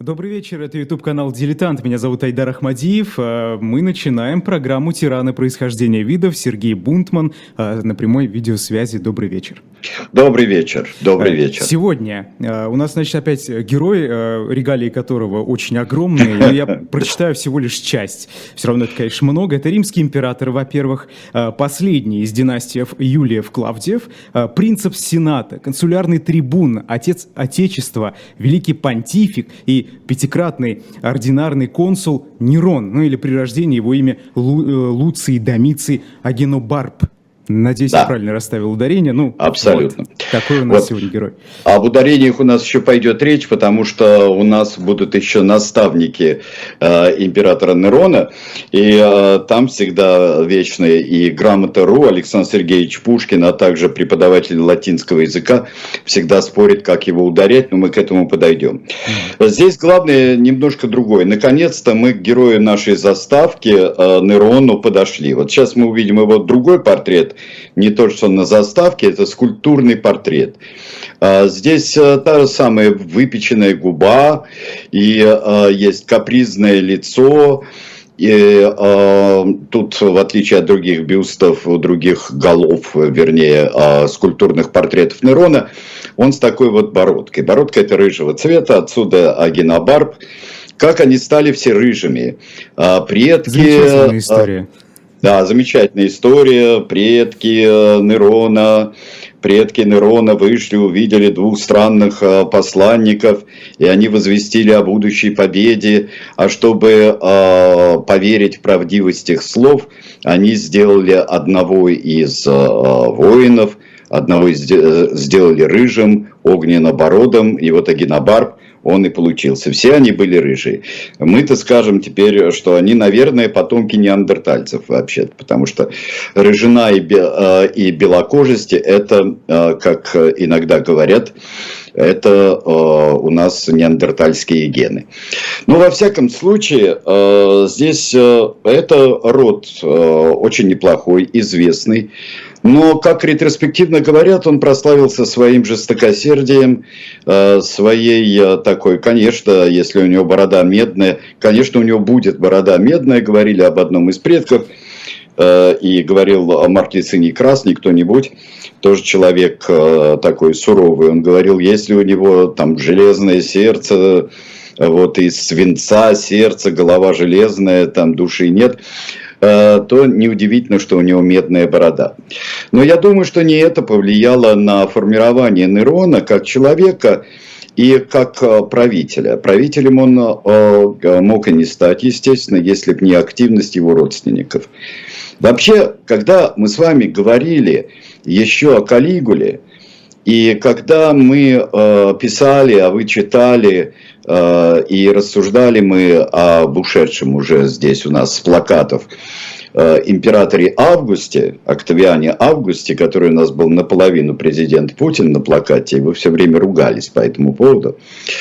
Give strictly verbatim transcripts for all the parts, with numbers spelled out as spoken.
Добрый вечер, это YouTube-канал «Дилетант». Меня зовут Айдар Ахмадиев. Мы начинаем программу «Тираны происхождения видов». Сергей Бунтман на прямой видеосвязи. Добрый вечер. Добрый вечер, добрый вечер. Сегодня у нас, значит, опять герой, регалии которого очень огромные, но я прочитаю всего лишь часть. Все равно это, конечно, много. Это римский император, во-первых, последний из династий Юлиев-Клавдиев, принцепс Сената, консулярный трибун, отец Отечества, великий понтифик и пятикратный ординарный консул Нерон, ну или при рождении его имя Лу, Луций Домиций Агенобарб. Надеюсь, да. Я правильно расставил ударение. Ну, абсолютно. Вот, такой у нас вот. сегодня герой. Об ударениях у нас еще пойдет речь, потому что у нас будут еще наставники э, императора Нерона. И э, там всегда вечный и грамота.ру Александр Сергеевич Пушкин, а также преподаватель латинского языка, всегда спорит, как его ударять, но мы к этому подойдем. Mm-hmm. Здесь главное немножко другое. Наконец-то мы к герою нашей заставки э, Нерону подошли. Вот сейчас мы увидим его другой портрет. Не то, что на заставке, это скульптурный портрет. Здесь та же самая выпеченная губа, и есть капризное лицо. И э, тут, в отличие от других бюстов, других голов, вернее, э, скульптурных портретов Нерона, он с такой вот бородкой. Бородка это рыжего цвета, отсюда Агенобарб. Как они стали все рыжими? Э, предки... Замечательная история. Да, замечательная история. Предки Нерона, предки Нерона вышли, увидели двух странных посланников, и они возвестили о будущей победе. А чтобы э, поверить в правдивость их слов, они сделали одного из э, воинов, одного из, сделали рыжим, огненно-бородым, и вот Агенобарб, он и получился. Все они были рыжие. Мы-то скажем теперь, что они, наверное, потомки неандертальцев вообще-то, потому что рыжина и, и белокожесть, это, как иногда говорят, это у нас неандертальские гены. Но во всяком случае, здесь это род очень неплохой, известный. Но, как ретроспективно говорят, он прославился своим жестокосердием, своей такой, конечно, если у него борода медная, конечно, у него будет борода медная, говорили об одном из предков, и говорил Марк Лициний Красный, кто-нибудь, тоже человек такой суровый, он говорил, если у него там железное сердце, вот из свинца сердце, голова железная, там души нет, то неудивительно, что у него медная борода. Но я думаю, что не это повлияло на формирование Нерона как человека и как правителя. Правителем он мог и не стать, естественно, если бы не активность его родственников. Вообще, когда мы с вами говорили еще о Калигуле, и когда мы писали, а вы читали, и рассуждали мы об ушедшем уже здесь у нас с плакатов императоре Августе, Октавиане Августе, который у нас был наполовину президент Путин на плакате, и вы все время ругались по этому поводу,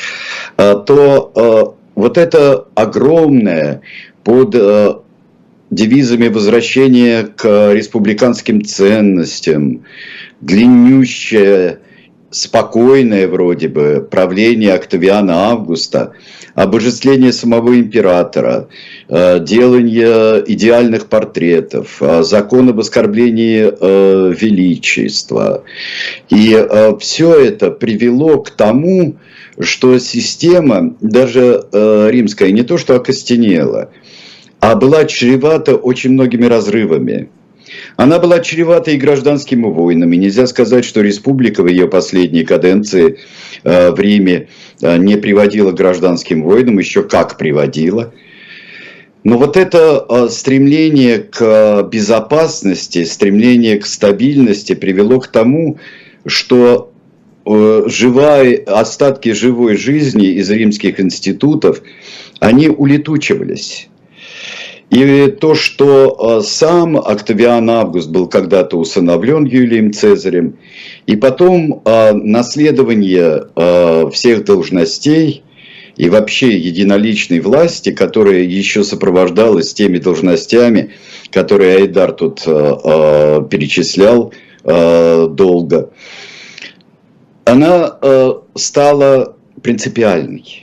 то вот это огромное под девизами возвращения к республиканским ценностям, длиннющее, спокойное вроде бы правление Октавиана Августа, обожествление самого императора, делание идеальных портретов, закон об оскорблении величества. И все это привело к тому, что система, даже римская, не то что окостенела, а была чревата очень многими разрывами. Она была чревата и гражданскими войнами. Нельзя сказать, что республика в ее последней каденции э, в Риме э, не приводила к гражданским войнам, еще как приводила. Но вот это э, стремление к безопасности, стремление к стабильности привело к тому, что э, живая, остатки живой жизни из римских институтов, они улетучивались. И то, что сам Октавиан Август был когда-то усыновлен Юлием Цезарем, и потом наследование всех должностей и вообще единоличной власти, которая еще сопровождалась теми должностями, которые Айдар тут перечислял долго, она стала принципиальной.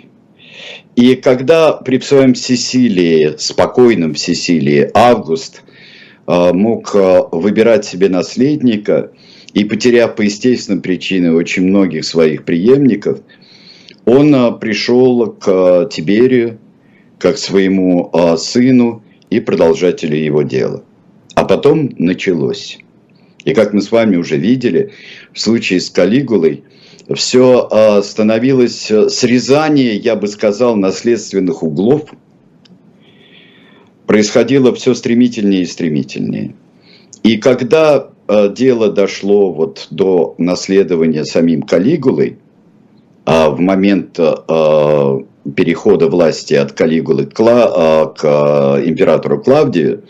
И когда при своем всесилии, спокойном всесилии, Август мог выбирать себе наследника и, потеряв по естественным причинам очень многих своих преемников, он пришел к Тиберию, как своему сыну и продолжателю его дела. А потом началось. И как мы с вами уже видели, в случае с Калигулой, все становилось срезание, я бы сказал, наследственных углов, происходило все стремительнее и стремительнее. И когда дело дошло вот до наследования самим Калигулой, в момент перехода власти от Калигулы к императору Клавдию,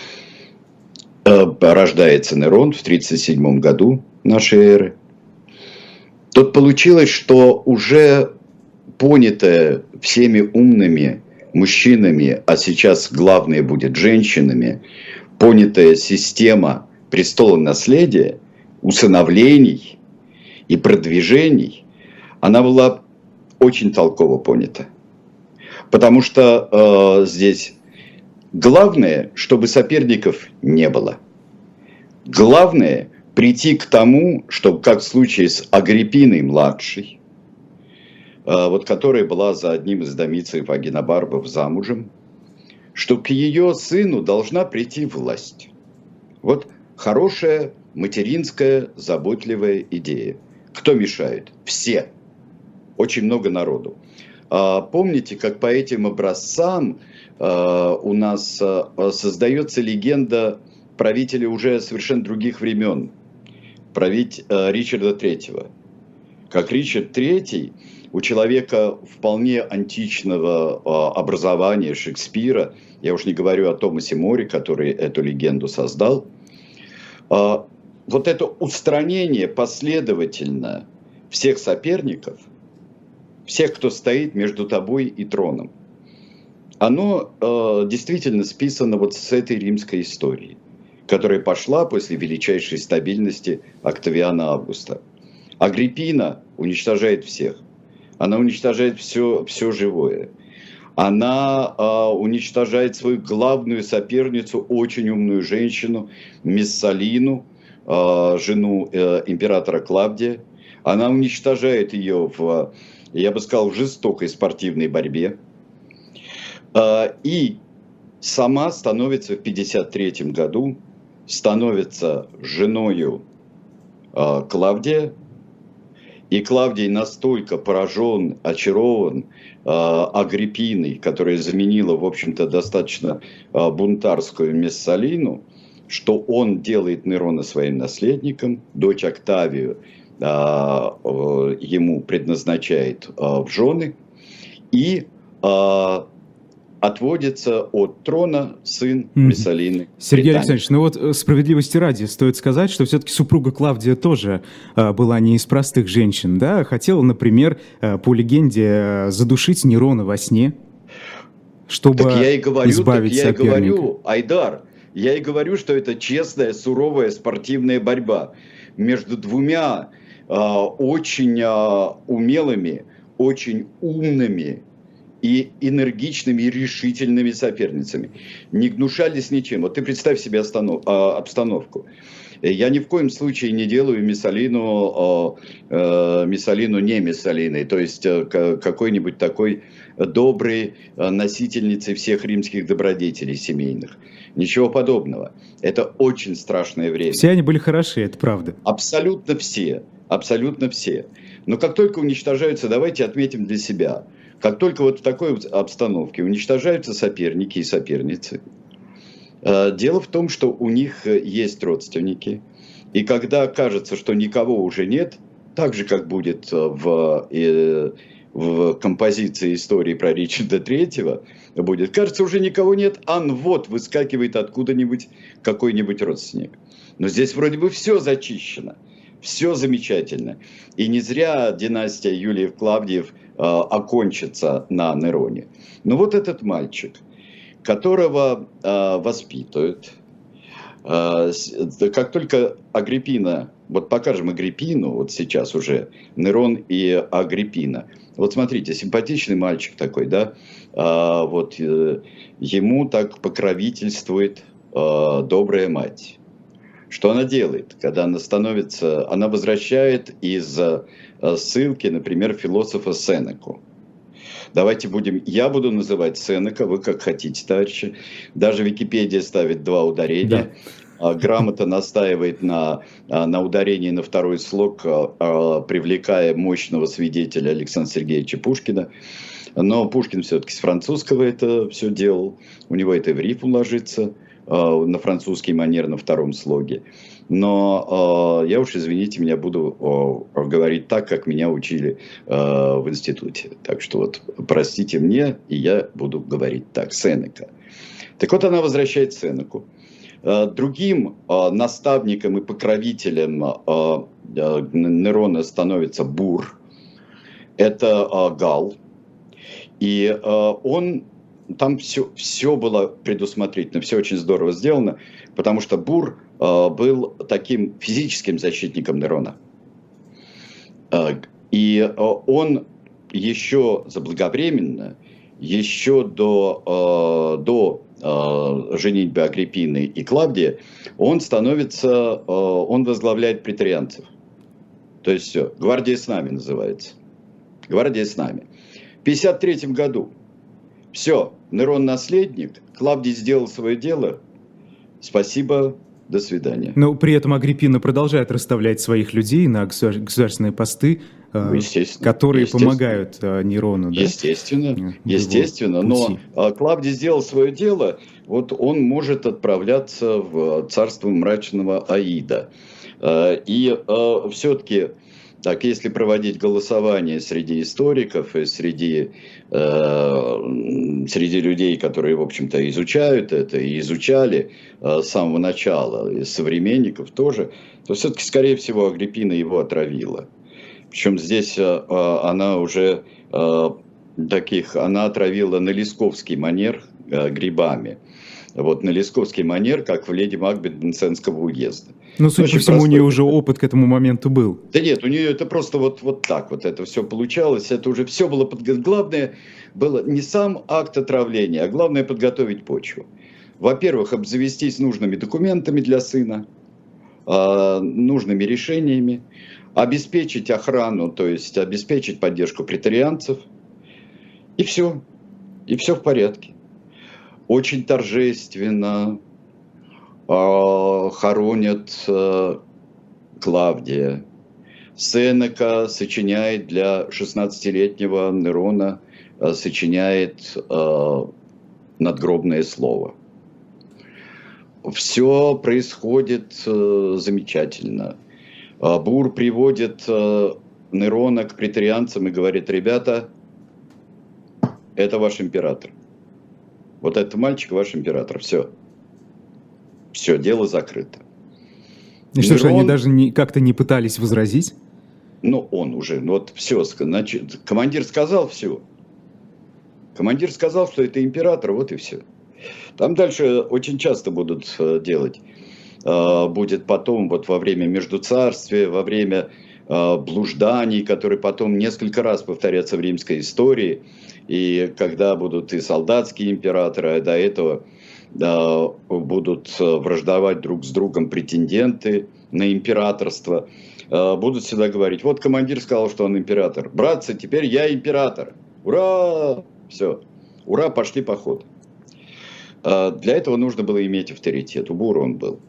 рождается Нерон в тридцать седьмом году нашей эры. Тут получилось, что уже понятая всеми умными мужчинами, а сейчас главное будет женщинами, понятая система престола наследия, усыновлений и продвижений, она была очень толково понята. Потому что э, здесь главное, чтобы соперников не было. Главное прийти к тому, чтобы, как в случае с Агриппиной младшей, э, вот которая была за одним из домицев Агинобарбов замужем, что к ее сыну должна прийти власть. Вот хорошая материнская заботливая идея. Кто мешает? Все. Очень много народу. Помните, как по этим образцам у нас создается легенда правителя уже совершенно других времен, править Ричарда третьего. Как Ричард третий, у человека вполне античного образования Шекспира, я уж не говорю о Томасе Море, который эту легенду создал, вот это устранение последовательно всех соперников, всех, кто стоит между тобой и троном, оно э, действительно списано вот с этой римской истории, которая пошла после величайшей стабильности Октавиана Августа. Агриппина уничтожает всех. Она уничтожает все, все живое. Она э, уничтожает свою главную соперницу, очень умную женщину, Мессалину, э, жену э, императора Клавдия. Она уничтожает ее в, я бы сказал, в жестокой спортивной борьбе. И сама становится в пятьдесят третьем году, становится женою Клавдия. И Клавдий настолько поражен, очарован Агриппиной, которая заменила, в общем-то, достаточно бунтарскую Мессалину, что он делает Нерона своим наследником, дочь Октавию ему предназначает в жены, и отводится от трона сын Мессалины. Сергей Александрович, ну вот справедливости ради стоит сказать, что все-таки супруга Клавдия тоже а, была не из простых женщин, да? Хотела, например, по легенде, задушить Нерона во сне, чтобы так я и говорю, избавить так я соперника. И говорю, Айдар, я и говорю, что это честная, суровая спортивная борьба между двумя а, очень а, умелыми, очень умными и энергичными, и решительными соперницами. Не гнушались ничем. Вот ты представь себе останов, обстановку. Я ни в коем случае не делаю Мессалину, э, Мессалину не Мессалиной, то есть какой-нибудь такой доброй носительницей всех римских добродетелей семейных. Ничего подобного. Это очень страшное время. Все они были хороши, это правда. Абсолютно все. Абсолютно все. Но как только уничтожаются, давайте отметим для себя, как только вот в такой обстановке уничтожаются соперники и соперницы, дело в том, что у них есть родственники, и когда кажется, что никого уже нет, так же, как будет в, в композиции истории про Ричарда третьего, будет, кажется, уже никого нет, а вот выскакивает откуда-нибудь какой-нибудь родственник. Но здесь вроде бы все зачищено. Все замечательно. И не зря династия Юлиев-Клавдиев э, окончится на Нероне. Но вот этот мальчик, которого э, воспитывают, Как только Агриппина, вот покажем Агриппину, вот сейчас уже, Нерон и Агриппина. Вот смотрите, симпатичный мальчик такой, да, вот ему так покровительствует добрая мать. Что она делает, когда она становится, она возвращает из ссылки, например, философа Сенеку. Давайте будем, я буду называть Сенека, вы как хотите, товарищи. Даже Википедия ставит два ударения. Да. Грамота настаивает на, на ударении на второй слог, привлекая мощного свидетеля Александра Сергеевича Пушкина. Но Пушкин все-таки с французского это все делал. У него это в рифму ложится, на французский манер на втором слоге. Но э, я уж, извините меня, буду э, говорить так, как меня учили э, в институте. Так что вот простите мне, и я буду говорить так. Сенека. Так вот, она возвращает Сенеку. Э, другим э, наставником и покровителем э, э, Нерона становится Бур. Это э, Гал. И э, он... Там все, все было предусмотрительно, все очень здорово сделано, потому что Бур э, был таким физическим защитником Нерона. Э, и э, он еще заблаговременно, еще до, э, до э, женитьбы Агриппины и Клавдия, он становится, э, он возглавляет претарианцев. То есть все, гвардия с нами называется. Гвардия с нами. В пятьдесят третьем году. Все, Нерон наследник, Клавдий сделал свое дело, спасибо, до свидания. Но при этом Агриппина продолжает расставлять своих людей на государственные посты, ну, которые естественно. помогают Нерону. Да? Естественно, естественно, но Клавдий сделал свое дело, вот он может отправляться в царство мрачного Аида. И все-таки... Так, если проводить голосование среди историков и среди, э, среди людей, которые, в общем-то, изучают это и изучали э, с самого начала, и современников тоже, то все-таки, скорее всего, Агриппина его отравила. Причем здесь э, она уже э, таких, она отравила на лесковский манер э, грибами. Вот на лесковский манер, как в «Леди Макбет» Бенсенского уезда. Ну, судя по всему, у нее уже опыт к этому моменту был. Да нет, у нее это просто вот, вот так вот это все получалось. Это уже все было подготовлено. Главное было не сам акт отравления, а главное подготовить почву. Во-первых, обзавестись нужными документами для сына, нужными решениями, обеспечить охрану, то есть обеспечить поддержку претарианцев. И все. И все в порядке. Очень торжественно э, хоронят э, Клавдия. Сенека сочиняет для шестнадцатилетнего Нерона, э, сочиняет э, надгробное слово. Все происходит э, замечательно. Э, Бур приводит э, Нерона к претарианцам и говорит: ребята, это ваш император. Вот этот мальчик ваш император. Все. Все, дело закрыто. И что, Нерон, что они даже не, как-то не пытались возразить? Ну, он уже, ну вот все. Значит, командир сказал все. Командир сказал, что это император, вот и все. Там дальше очень часто будут делать. Будет потом, вот во время междуцарствия, во время блужданий, которые потом несколько раз повторятся в римской истории. И когда будут и солдатские императоры, а до этого да, будут враждовать друг с другом претенденты на императорство, будут всегда говорить: вот командир сказал, что он император. Братцы, теперь я император. Ура! Все. Ура, пошли поход. Для этого нужно было иметь авторитет. У Бура он был.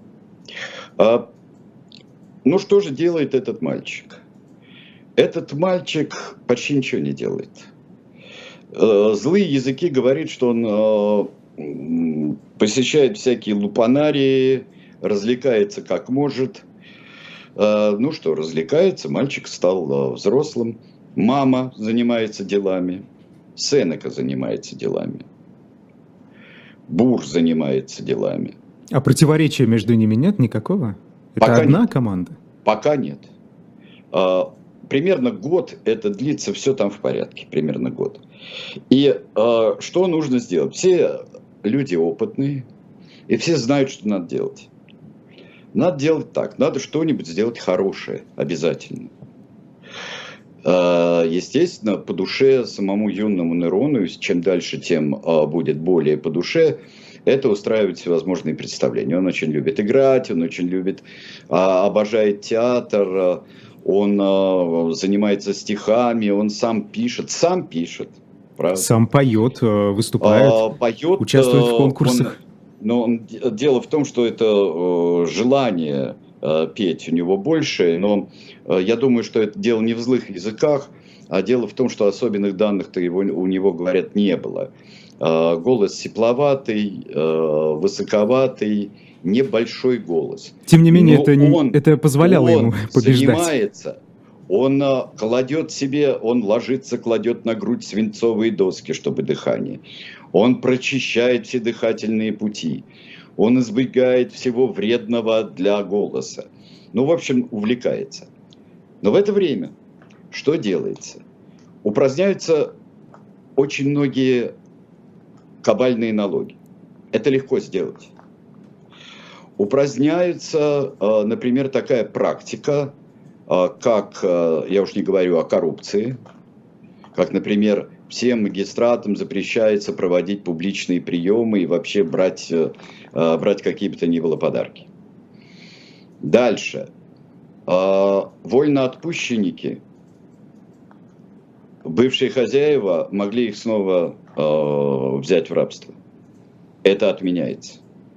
Ну, что же делает этот мальчик? Этот мальчик почти ничего не делает. Злые языки говорят, что он посещает всякие лупанарии, развлекается как может. Ну что, развлекается, мальчик стал взрослым. Мама занимается делами, Сенека занимается делами, Бур занимается делами. А противоречия между ними нет никакого? Это пока одна нет. команда? Пока нет. Примерно год это длится, все там в порядке, примерно год. И э, что нужно сделать? Все люди опытные, и все знают, что надо делать. Надо делать так, надо что-нибудь сделать хорошее обязательно. Естественно, по душе самому юному Нерону, чем дальше, тем будет более по душе, это устраивает всевозможные представления. Он очень любит играть, он очень любит, обожает театр, он занимается стихами, он сам пишет, сам пишет. Правда? Сам поет, выступает, а, поет, участвует в конкурсах. Он, но он, дело в том, что это желание петь у него больше, но я думаю, что это дело не в злых языках, а дело в том, что особенных данных-то его, у него, говорят, не было. Голос сипловатый, высоковатый, небольшой голос. Тем не менее, это, он, это позволяло он ему побеждать. Занимается, он кладет себе, он ложится, кладет на грудь свинцовые доски, чтобы дыхание. Он прочищает все дыхательные пути. Он избегает всего вредного для голоса. Ну, в общем, увлекается. Но в это время что делается? Упраздняются очень многие кабальные налоги. Это легко сделать. Упраздняется, например, такая практика, как, я уж не говорю о коррупции, как, например, всем магистратам запрещается проводить публичные приемы и вообще брать, брать какие бы то ни было подарки. Дальше. Вольноотпущенники, бывшие хозяева, могли их снова взять в рабство. Это отменяется.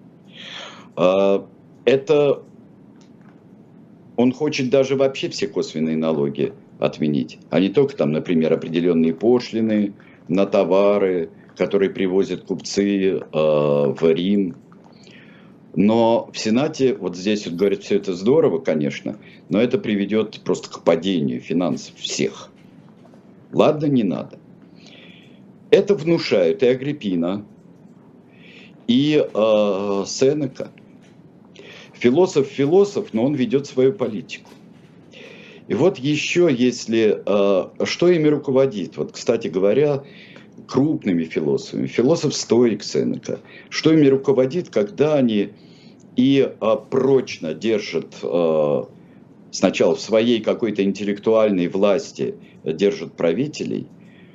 Это он хочет даже вообще все косвенные налоги отменить, а не только там, например, определенные пошлины на товары, которые привозят купцы э, в Рим. Но в Сенате, вот здесь вот говорят, все это здорово, конечно, но это приведет просто к падению финансов всех. Ладно, не надо. Это внушают и Агриппина, и э, Сенека. Философ философ, но он ведет свою политику. И вот еще, если, что ими руководит, вот, кстати говоря, крупными философами, философ-стоик Сенека, что ими руководит, когда они и прочно держат сначала в своей какой-то интеллектуальной власти, держат правителей,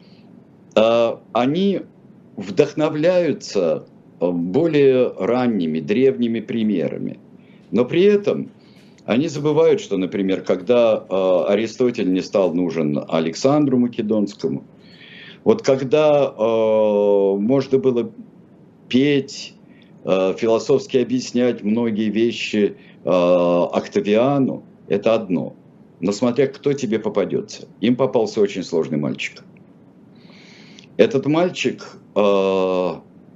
они вдохновляются более ранними, древними примерами. Но при этом они забывают, что, например, когда э, Аристотель не стал нужен Александру Македонскому, вот когда э, можно было петь, э, философски объяснять многие вещи э, Октавиану, это одно. Но смотря кто тебе попадется. Им попался очень сложный мальчик. Этот мальчик... Э,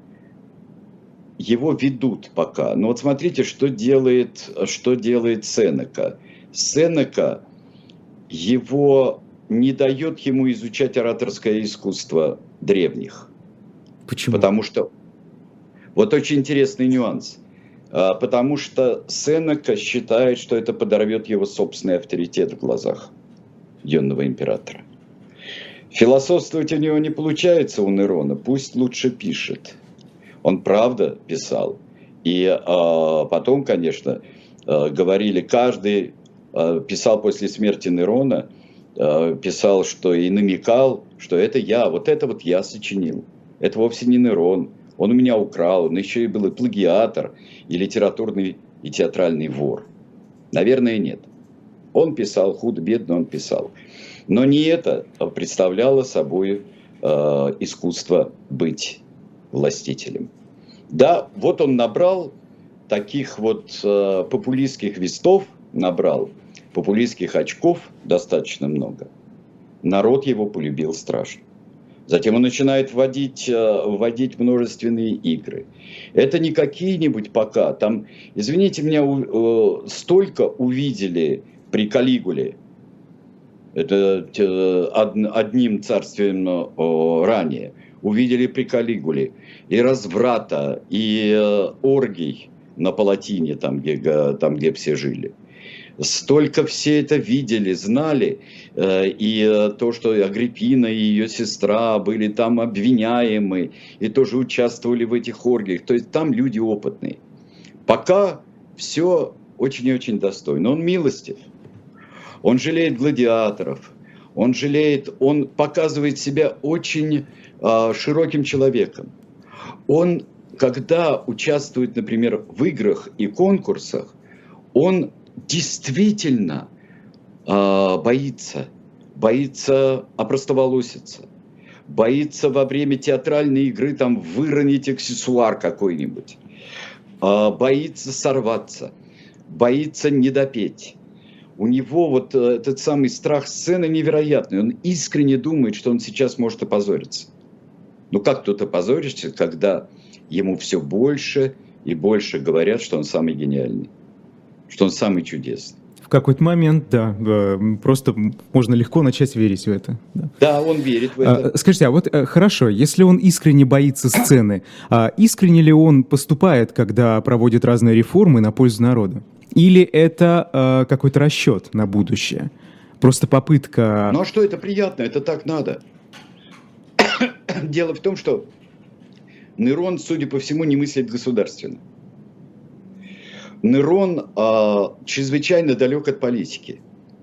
Его ведут пока. Но вот смотрите, что делает, что делает Сенека. Сенека его не дает ему изучать ораторское искусство древних. Почему? Потому что... Вот очень интересный нюанс. Потому что Сенека считает, что это подорвет его собственный авторитет в глазах юного императора. Философствовать у него не получается у Нерона. Пусть лучше пишет. Он правда писал. И э, потом, конечно, э, говорили, каждый э, писал после смерти Нерона, э, писал, что и намекал, что это я, вот это вот я сочинил. Это вовсе не Нерон. Он у меня украл, он еще и был и плагиатор, и литературный, и театральный вор. Наверное, нет. Он писал, худо-бедно он писал. Но не это представляло собой э, искусство быть властителем. Да, вот он набрал таких вот э, популистских вестов, набрал популистских очков достаточно много. Народ его полюбил страшно. Затем он начинает вводить, э, вводить множественные игры. Это не какие-нибудь пока. Там, извините меня, э, столько увидели при Калигуле. Это э, од, одним царствием э, ранее. Увидели при Калигуле и разврата, и э, оргий на Палатине, там где, там, где все жили. Столько все это видели, знали, э, и э, то, что Агриппина и ее сестра были там обвиняемы, и тоже участвовали в этих оргиях. То есть там люди опытные. Пока все очень и очень достойно. Он милостив, он жалеет гладиаторов, он жалеет, он показывает себя очень э, широким человеком. Он, когда участвует, например, в играх и конкурсах, он действительно э, боится, боится опростоволоситься, боится во время театральной игры там выронить аксессуар какой-нибудь, э, боится сорваться, боится не допеть. У него вот этот самый страх сцены невероятный. Он искренне думает, что он сейчас может опозориться. Ну как тут опозоришься, когда ему все больше и больше говорят, что он самый гениальный, что он самый чудесный. В какой-то момент, да, просто можно легко начать верить в это. Да, да он верит в это. Скажите, а вот хорошо, если он искренне боится сцены, а искренне ли он поступает, когда проводит разные реформы на пользу народа? Или это э, какой-то расчет на будущее? Просто попытка... Ну а что, это приятно, это так надо. Дело в том, что Нерон, судя по всему, не мыслит государственно. Нерон э, чрезвычайно далек от политики.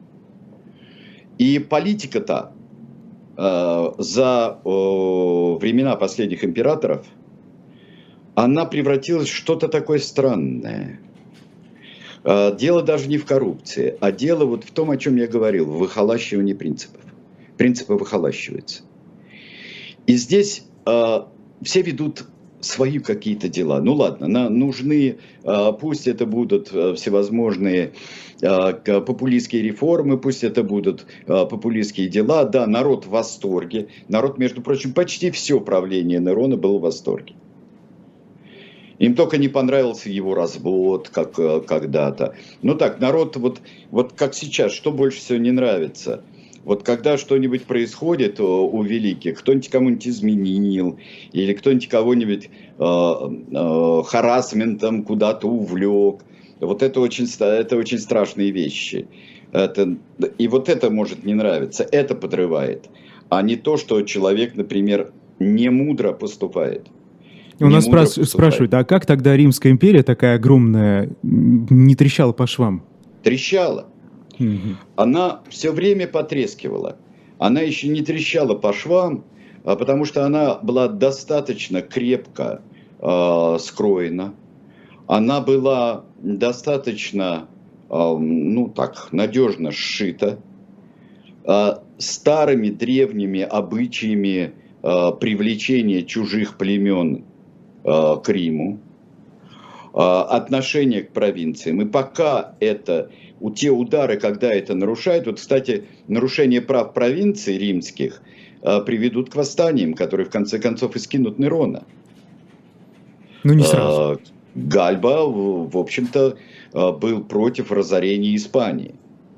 И политика-то э, за э, времена последних императоров, она превратилась в что-то такое странное. Дело даже не в коррупции, а дело вот в том, о чем я говорил, в выхолащивании принципов. Принципы выхолащиваются. И здесь э, все ведут свои какие-то дела. Ну ладно, на, нужны, э, пусть это будут всевозможные э, популистские реформы, пусть это будут э, популистские дела. Да, народ в восторге. Народ, между прочим, почти все правление Нерона было в восторге. Им только не понравился его развод, как когда-то. Ну так, народ, вот, вот как сейчас, что больше всего не нравится? Вот когда что-нибудь происходит у великих, кто-нибудь кому-нибудь изменил, или кто-нибудь кого-нибудь э, э, харассментом куда-то увлек. Вот это очень, это очень страшные вещи. Это, и вот это может не нравиться, это подрывает. А не то, что человек, например, не мудро поступает. У нас спраш- спрашивают, а как тогда Римская империя, такая огромная, не трещала по швам? Трещала. Угу. Она все время потрескивала. Она еще не трещала по швам, потому что она была достаточно крепко э, скроена. Она была достаточно, э, ну так, надежно сшита. Э, старыми древними обычаями э, привлечения чужих племен к Риму, отношение к провинциям. И пока это, у те удары, когда это нарушают, вот, кстати, нарушение прав провинций римских приведут к восстаниям, которые в конце концов и скинут Нерона. Ну, не сразу. Гальба, в общем-то, был против разорения Испании.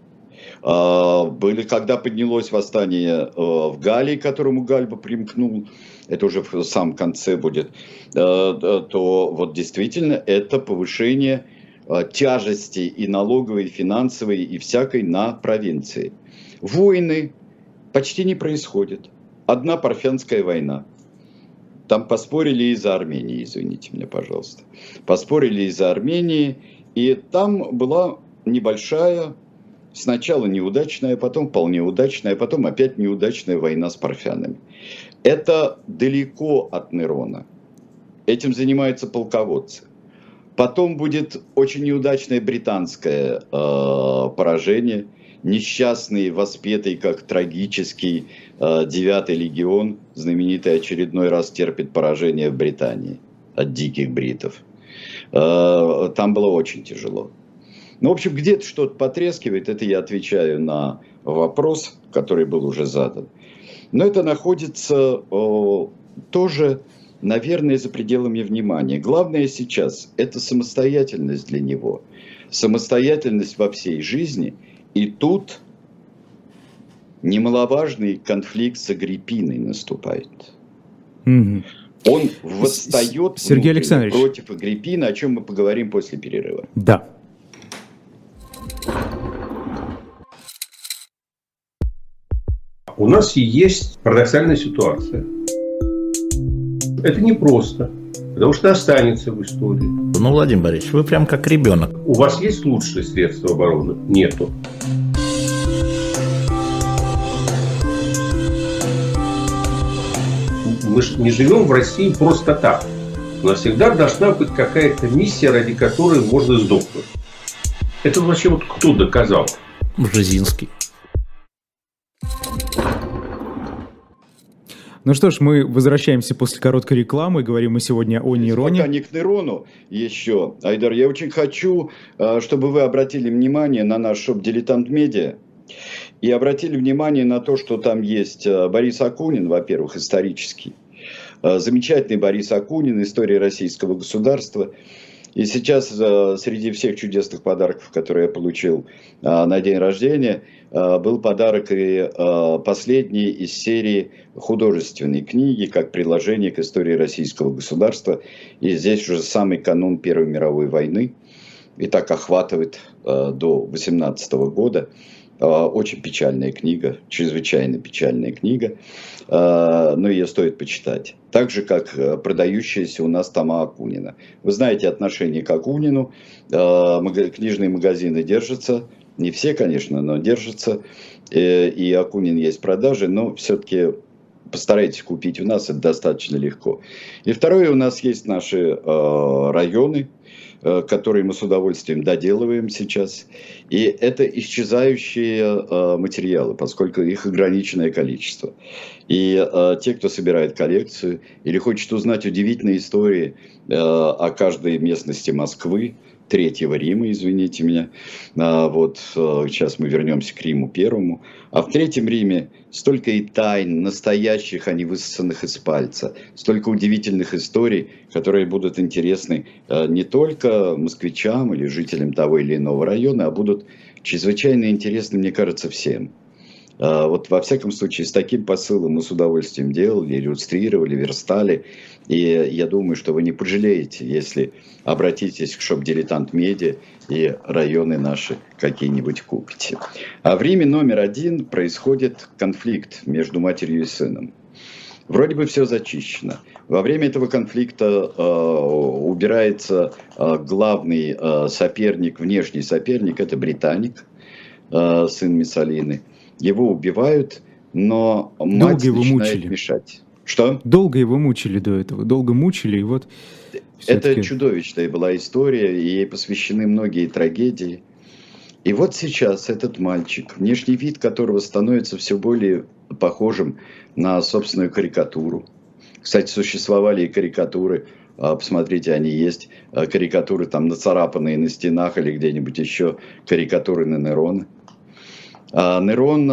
Были, когда поднялось восстание в Галлии, к которому Гальба примкнул, это уже в самом конце будет, то вот действительно это повышение тяжести и налоговой, и финансовой, и всякой на провинции. Войны почти не происходят. Одна Парфянская война. Там поспорили из-за Армении, извините меня, пожалуйста. Поспорили из-за Армении, и там была небольшая, сначала неудачная, потом вполне удачная, потом опять неудачная война с парфянами. Это далеко от Нерона. Этим занимаются полководцы. Потом будет очень неудачное британское э, поражение. Несчастный, воспетый как трагический э, девятый легион, знаменитый очередной раз терпит поражение в Британии от диких бритов. Э, там было очень тяжело. Ну, в общем, где-то что-то потрескивает, это я отвечаю на вопрос, который был уже задан. Но это находится э, тоже, наверное, за пределами внимания. Главное сейчас – это самостоятельность для него, самостоятельность во всей жизни. И тут немаловажный конфликт с Агриппиной наступает. Mm-hmm. Он восстает Сергей Александрович. против Агриппины, о чем мы поговорим после перерыва. Да. У нас есть парадоксальная ситуация. Это непросто, потому что останется в истории. Ну, Владимир Борисович, вы прям как ребенок. У вас есть лучшие средства обороны? Нету. Мы же не живем в России просто так. У нас всегда должна быть какая-то миссия, ради которой можно сдохнуть. Это вообще вот кто доказал? Бжезинский. Ну что ж, мы возвращаемся после короткой рекламы. Говорим мы сегодня о Нероне. Пока не к Нерону еще. Айдар, я очень хочу, чтобы вы обратили внимание на наш шоп «Дилетант Медиа». И обратили внимание на то, что там есть Борис Акунин, во-первых, исторический. Замечательный Борис Акунин, история российского государства. И сейчас среди всех чудесных подарков, которые я получил на день рождения, был подарок и последний из серии художественной книги, как приложение к истории российского государства. И здесь уже самый канун Первой мировой войны. И так охватывает до восемнадцатого года. Очень печальная книга, чрезвычайно печальная книга, но ее стоит почитать. Так же, как продающаяся у нас тома Акунина. Вы знаете отношение к Акунину, книжные магазины держатся, не все, конечно, но держатся, и Акунин есть в продаже, но все-таки постарайтесь купить у нас, это достаточно легко. И второе, у нас есть наши районы, которые мы с удовольствием доделываем сейчас. И это исчезающие материалы, поскольку их ограниченное количество. И те, кто собирает коллекцию или хочет узнать удивительные истории о каждой местности Москвы, Третьего Рима, извините меня. Вот сейчас мы вернемся к Риму Первому. А в Третьем Риме столько и тайн, настоящих, а не высосанных из пальца. Столько удивительных историй, которые будут интересны не только москвичам или жителям того или иного района, а будут чрезвычайно интересны, мне кажется, всем. Вот во всяком случае, с таким посылом мы с удовольствием делали, иллюстрировали, верстали. И я думаю, что вы не пожалеете, если обратитесь к шоп «Дилетант Медиа» и районы наши какие-нибудь купите. А в Риме номер один происходит конфликт между матерью и сыном. Вроде бы все зачищено. Во время этого конфликта э, убирается э, главный э, соперник, внешний соперник, это британик, э, сын Миссалины. Его убивают, но мать Долго его начинает мучили. мешать. Что? Долго его мучили до этого, долго мучили, и вот... Это чудовищная была история, и ей посвящены многие трагедии. И вот сейчас этот мальчик, внешний вид которого становится все более похожим на собственную карикатуру. Кстати, существовали и карикатуры, посмотрите, они есть, карикатуры там нацарапанные на стенах или где-нибудь еще, карикатуры на Нерона. А Нерон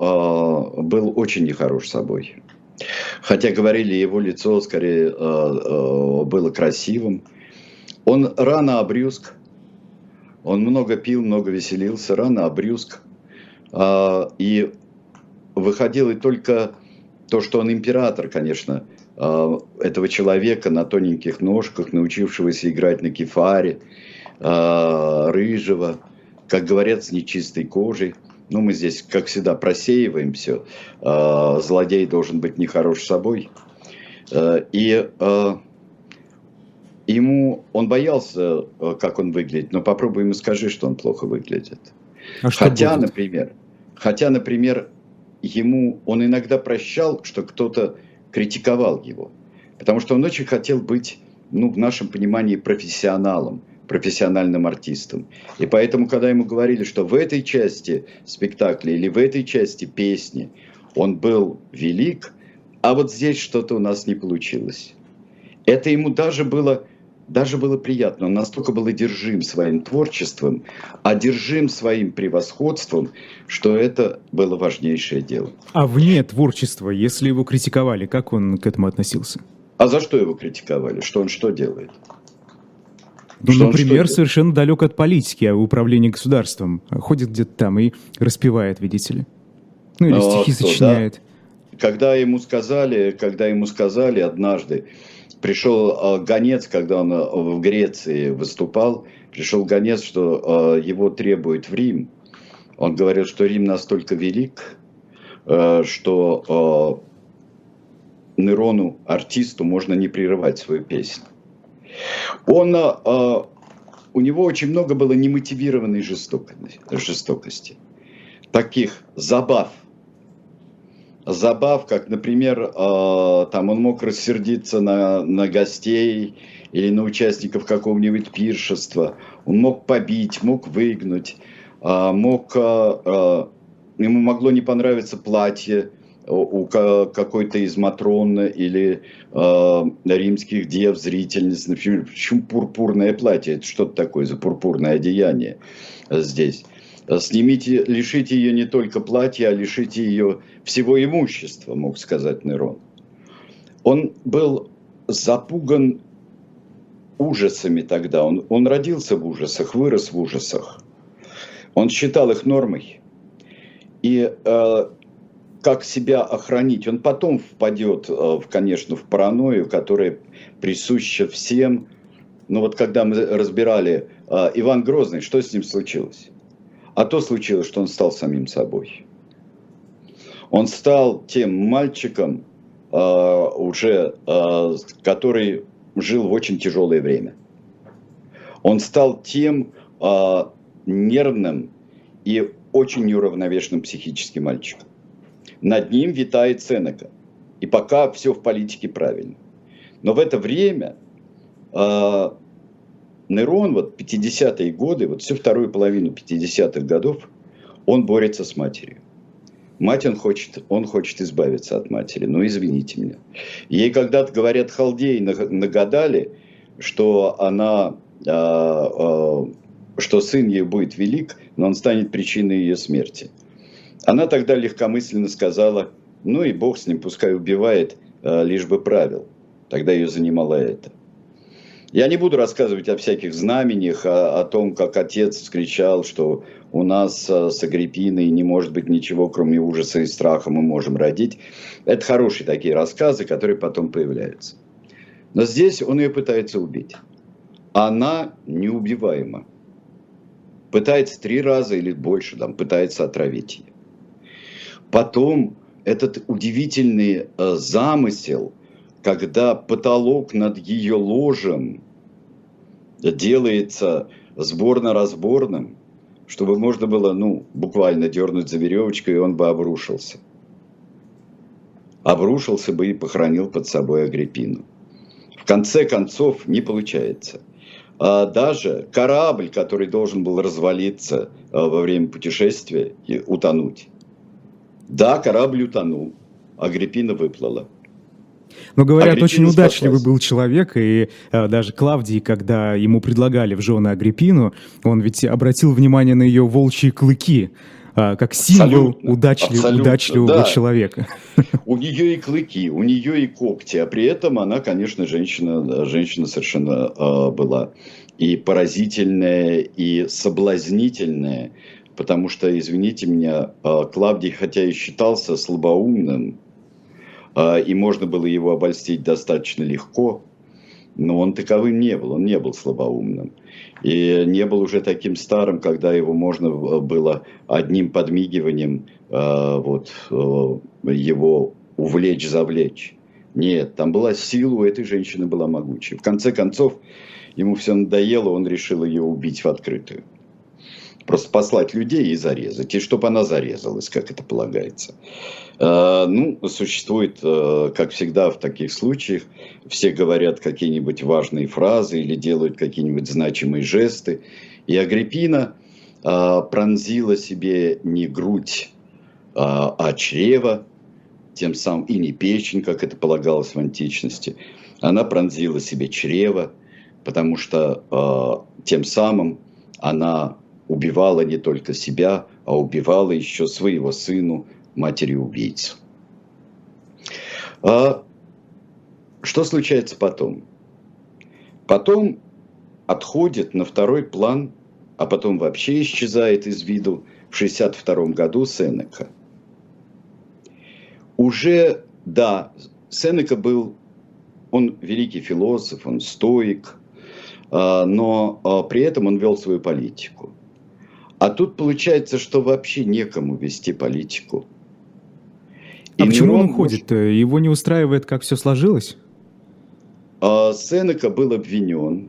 а, был очень нехорош собой. Хотя говорили, его лицо скорее а, а, было красивым. Он рано обрюзг. Он много пил, много веселился, рано обрюзг. А, и выходило только то, что он император, конечно, а, этого человека на тоненьких ножках, научившегося играть на кефаре, а, рыжего, как говорят, с нечистой кожей. Ну, мы здесь, как всегда, просеиваем все. Злодей должен быть нехорош собой. И ему, он боялся, как он выглядит, но попробуй ему скажи, что он плохо выглядит. А хотя, будет? например, хотя, например, ему, он иногда прощал, что кто-то критиковал его. Потому что он очень хотел быть, ну, в нашем понимании, профессионалом. профессиональным артистом. И поэтому, когда ему говорили, что в этой части спектакля или в этой части песни он был велик, а вот здесь что-то у нас не получилось. Это ему даже было, даже было приятно. Он настолько был одержим своим творчеством, одержим своим превосходством, что это было важнейшее дело. А вне творчества, если его критиковали, как он к этому относился? А за что его критиковали? Что он что делает? Ну, Что например, он, совершенно далек от политики, а управления государством. Ходит где-то там и распевает, видите ли. Ну, или А, стихи кто, сочиняет. Да? Когда ему сказали, когда ему сказали однажды, пришел гонец, когда он в Греции выступал, пришел гонец, что его требует в Рим. Он говорил, что Рим настолько велик, что Нерону, артисту, можно не прерывать свою песню. Он, э, у него очень много было немотивированной жестокости, жестокости. Таких забав. Забав, как, например, э, там он мог рассердиться на, на гостей или на участников какого-нибудь пиршества. Он мог побить, мог выгнуть, э, мог, э, ему могло не понравиться платье у какой-то из матрон или э, римских дев, зрительниц. Например, почему пурпурное платье? Это что-то такое за пурпурное одеяние здесь. Снимите, лишите ее не только платья, а лишите ее всего имущества, мог сказать Нерон. Он был запуган ужасами тогда. Он, он родился в ужасах, вырос в ужасах. Он считал их нормой. И э, как себя охранить? Он потом впадет, э, конечно, в паранойю, которая присуща всем. Но вот когда мы разбирали э, Иван Грозный, что с ним случилось? А то случилось, что он стал самим собой. Он стал тем мальчиком, э, уже, э, который жил в очень тяжелое время. Он стал тем э, нервным и очень неуравновешенным психическим мальчиком. Над ним витает Сенека. И пока все в политике правильно. Но в это время э, Нерон, вот пятидесятые годы, вот всю вторую половину пятидесятых годов, он борется с матерью. Мать он хочет, он хочет избавиться от матери, но извините меня. Ей когда-то, говорят, халдеи нагадали, что она, э, э, что сын ей будет велик, но он станет причиной ее смерти. Она тогда легкомысленно сказала, ну и бог с ним, пускай убивает, э, лишь бы правил. Тогда ее занимало это. Я не буду рассказывать о всяких знамениях, о, о том, как отец вскричал, что у нас с Агриппиной не может быть ничего, кроме ужаса и страха, мы можем родить. Это хорошие такие рассказы, которые потом появляются. Но здесь он ее пытается убить. Она неубиваема. Пытается три раза или больше, там, пытается отравить ее. Потом этот удивительный э, замысел, когда потолок над ее ложем делается сборно-разборным, чтобы можно было, ну, буквально дернуть за веревочку, и он бы обрушился. Обрушился бы и похоронил под собой Агриппину. В конце концов, не получается. А даже корабль, который должен был развалиться во время путешествия и утонуть. Да, корабль утонул, Агриппина выплыла. Но, говорят, Агриппина очень удачливый спаслась. был человек, и э, даже Клавдий, когда ему предлагали в жены Агриппину, он ведь обратил внимание на ее волчьи клыки, э, как символ Абсолютно, удачлив, абсолютно, удачливого да. человека. У нее и клыки, у нее и когти, а при этом она, конечно, женщина, женщина совершенно э, была и поразительная, и соблазнительная, потому что, извините меня, э, Клавдий, хотя и считался слабоумным, и можно было его обольстить достаточно легко, но он таковым не был, он не был слабоумным. И не был уже таким старым, когда его можно было одним подмигиванием вот, его увлечь-завлечь. Нет, там была сила, у этой женщины была могучая. В конце концов, ему все надоело, он решил ее убить в открытую. Просто послать людей и зарезать, и чтобы она зарезалась, как это полагается. Ну, существует, как всегда в таких случаях, все говорят какие-нибудь важные фразы или делают какие-нибудь значимые жесты. И Агриппина пронзила себе не грудь, а чрево, тем самым и не печень, как это полагалось в античности. Она пронзила себе чрево, потому что тем самым она убивала не только себя, а убивала еще своего сына, матери-убийцу. А что случается потом? Потом отходит на второй план, а потом вообще исчезает из виду в шестьдесят втором году Сенека. Уже, да, Сенека был, он великий философ, он стоик, но при этом он вел свою политику. А тут получается, что вообще некому вести политику. А И почему он Нерон уходит? Его не устраивает, как все сложилось? Сенека был обвинен.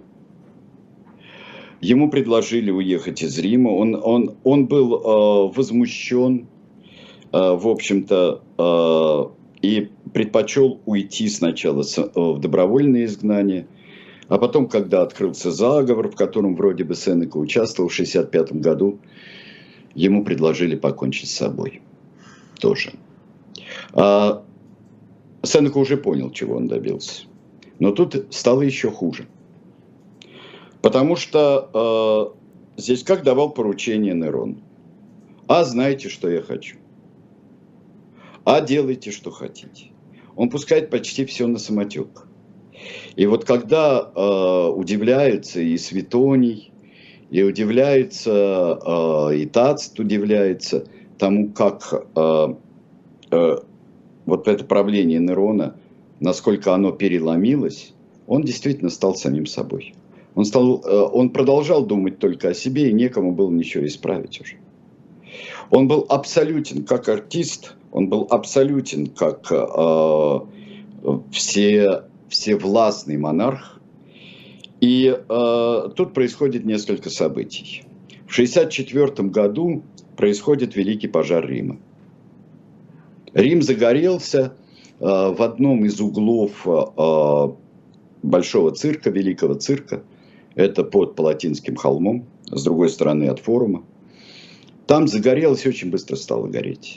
Ему предложили уехать из Рима. Он, он, он был э, возмущен, э, в общем-то, э, и предпочел уйти сначала с, э, в добровольное изгнание. А потом, когда открылся заговор, в котором вроде бы Сенека участвовал в шестьдесят пятом году, ему предложили покончить с собой. Тоже. А Сенека уже понял, чего он добился. Но тут стало еще хуже. Потому что э, здесь как давал поручение Нерон? А знаете, что я хочу? А делайте, что хотите. Он пускает почти все на самотек. И вот когда э, удивляется и Светоний, и удивляется, э, и Тацит удивляется тому, как э, э, вот это правление Нерона, насколько оно переломилось, он действительно стал самим собой. Он, стал, он продолжал думать только о себе, и некому было ничего исправить уже. Он был абсолютен как артист, он был абсолютен как э, все, всевластный монарх. И э, тут происходит несколько событий. В шестьдесят четвёртом году происходит Великий пожар Рима. Рим загорелся э, в одном из углов э, большого цирка, Великого цирка. Это под Палатинским холмом, с другой стороны от форума. Там загорелось и очень быстро стало гореть.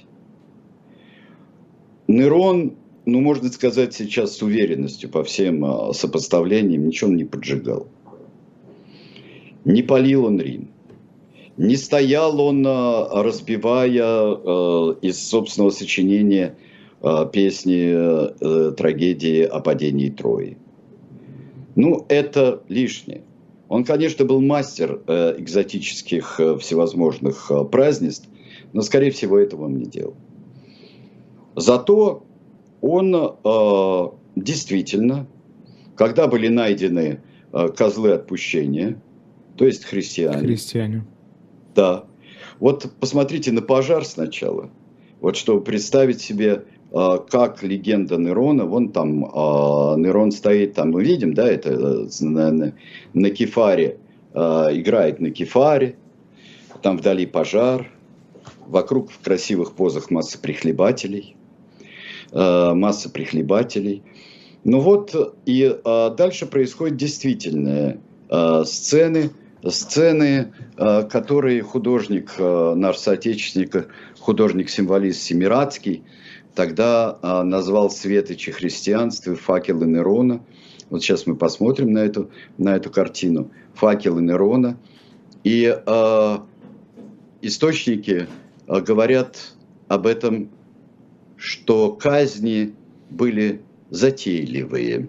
Нерон, ну, можно сказать сейчас с уверенностью по всем сопоставлениям, ничего он не поджигал. Не палил он Рим. Не стоял он, распевая из собственного сочинения песни трагедии о падении Трои. Ну, это лишнее. Он, конечно, был мастер э, экзотических э, всевозможных э, празднеств, но, скорее всего, этого он не делал. Зато он э, действительно, когда были найдены э, козлы отпущения, то есть христиане. Христиане. Да. Вот посмотрите на пожар сначала, вот чтобы представить себе, как легенда Нерона, вон там Нерон стоит, там мы видим, да, это на, на кефаре, играет на кефаре, там вдали пожар, вокруг в красивых позах масса прихлебателей, масса прихлебателей. Ну вот, и дальше происходят действительные сцены, сцены, которые художник, наш соотечественник, художник-символист Семирадский, тогда а, назвал светочи христианства, факелы Нерона. Вот сейчас мы посмотрим на эту, на эту картину. Факелы Нерона. И а, источники а, говорят об этом, что казни были затейливые.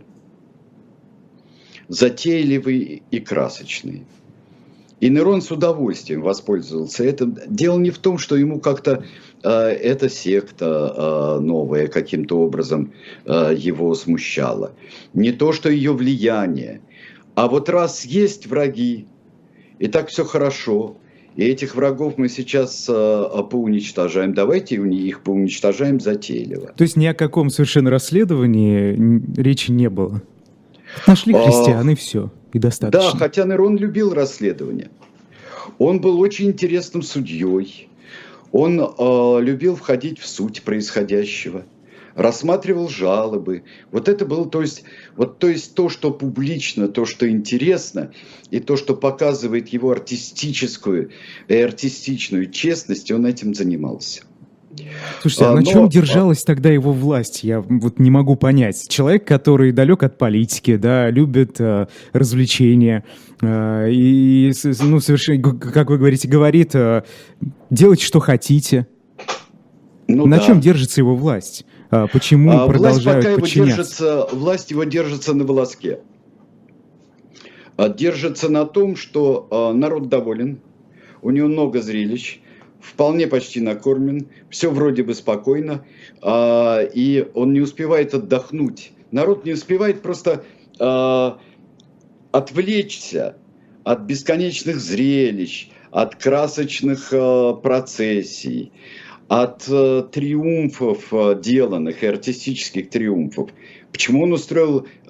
Затейливые и красочные. И Нерон с удовольствием воспользовался этим. Дело не в том, что ему как-то э, эта секта э, новая каким-то образом э, его смущала. Не то, что ее влияние. А вот раз есть враги, и так все хорошо, и этих врагов мы сейчас э, поуничтожаем, давайте их поуничтожаем затейливо. То есть ни о каком совершенно расследовании речи не было? Нашли христиан, а, и все. И достаточно. Да, хотя Нерон любил расследование. Он был очень интересным судьей. Он э, любил входить в суть происходящего. Рассматривал жалобы. Вот это было, то есть, вот, то есть то, что публично, то, что интересно, и то, что показывает его артистическую и артистичную честность, он этим занимался. Слушайте, а, а на но... чем держалась тогда его власть? Я вот не могу понять. Человек, который далек от политики, да, любит э, развлечения, э, и, ну, совершенно, как вы говорите, говорит, э, делайте, что хотите. Ну, на да. чем держится его власть? А, почему а, продолжают власть подчиняться? Держится, власть его держится на волоске. А, держится на том, что а, народ доволен, у него много зрелищ, вполне почти накормлен, все вроде бы спокойно, а, и он не успевает отдохнуть. Народ не успевает просто а, отвлечься от бесконечных зрелищ, от красочных а, процессий, от э, триумфов э, деланных и артистических триумфов. Почему он устроил э,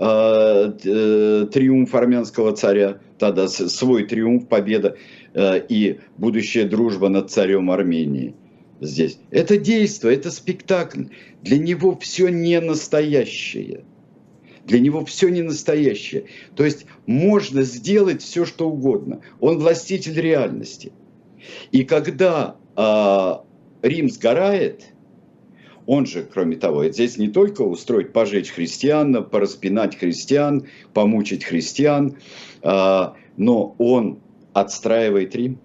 э, триумф армянского царя, тогда свой триумф, победа э, и будущая дружба над царем Армении здесь? Это действо, это спектакль. Для него все не настоящее. Для него все не настоящее. То есть можно сделать все, что угодно. Он властитель реальности. И когда э, Рим сгорает, он же, кроме того, здесь не только устроить, пожечь христиан, пораспинать христиан, помучить христиан, э, но он отстраивает Рим.